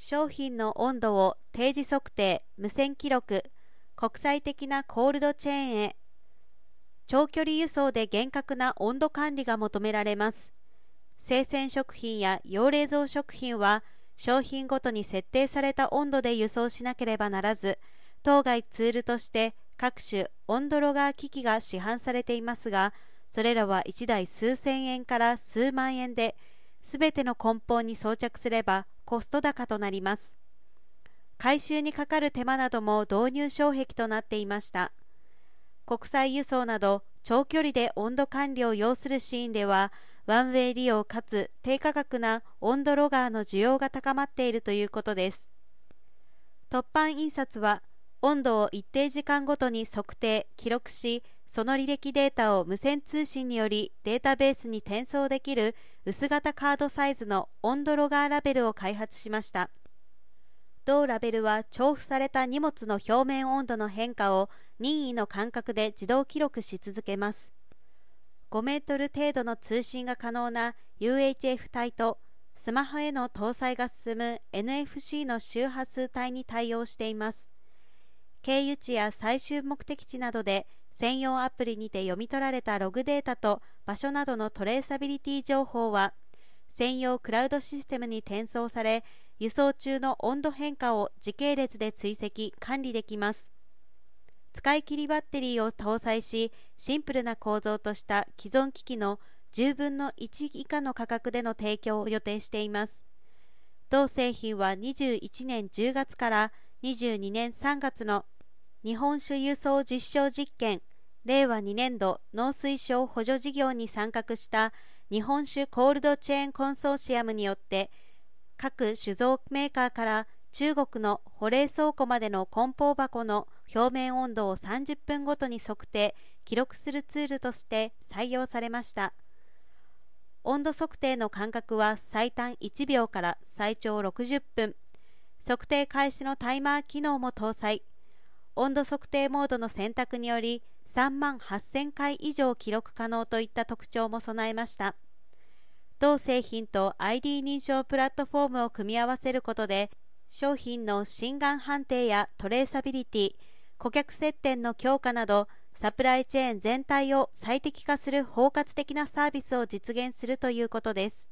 商品の温度を定時測定、無線記録、国際的なコールドチェーンへ。長距離輸送で厳格な温度管理が求められます。生鮮食品や要冷蔵食品は商品ごとに設定された温度で輸送しなければならず、当該ツールとして各種温度ロガー機器が市販されていますが、それらは1台数千円から数万円で、すべての梱包に装着すればコスト高となります。回収にかかる手間なども導入障壁となっていました。国際輸送など長距離で温度管理を要するシーンでは、ワンウェイ利用かつ低価格な温度ロガーの需要が高まっているということです。凸版印刷は温度を一定時間ごとに測定・記録し、その履歴データを無線通信によりデータベースに転送できる薄型カードサイズの温度ロガーラベルを開発しました。同ラベルは重複された荷物の表面温度の変化を任意の間隔で自動記録し続けます。5メートル程度の通信が可能な UHF 帯とスマホへの搭載が進む NFC の周波数帯に対応しています。経由地や最終目的地などで専用アプリにて読み取られたログデータと場所などのトレーサビリティ情報は専用クラウドシステムに転送され、輸送中の温度変化を時系列で追跡・管理できます。使い切りバッテリーを搭載し、シンプルな構造とした既存機器の10分の1以下の価格での提供を予定しています。同製品は21年10月から22年3月の日本酒輸送実証実験令和2年度農水省補助事業に参画した日本酒コールドチェーンコンソーシアムによって各酒造メーカーから中国の保冷倉庫までの梱包箱の表面温度を30分ごとに測定・記録するツールとして採用されました。温度測定の間隔は最短1秒から最長60分、測定開始のタイマー機能も搭載。温度測定モードの選択により3万8000回以上記録可能といった特徴も備えました。同製品と ID 認証プラットフォームを組み合わせることで、商品の真贋判定やトレーサビリティ、顧客接点の強化など、サプライチェーン全体を最適化する包括的なサービスを実現するということです。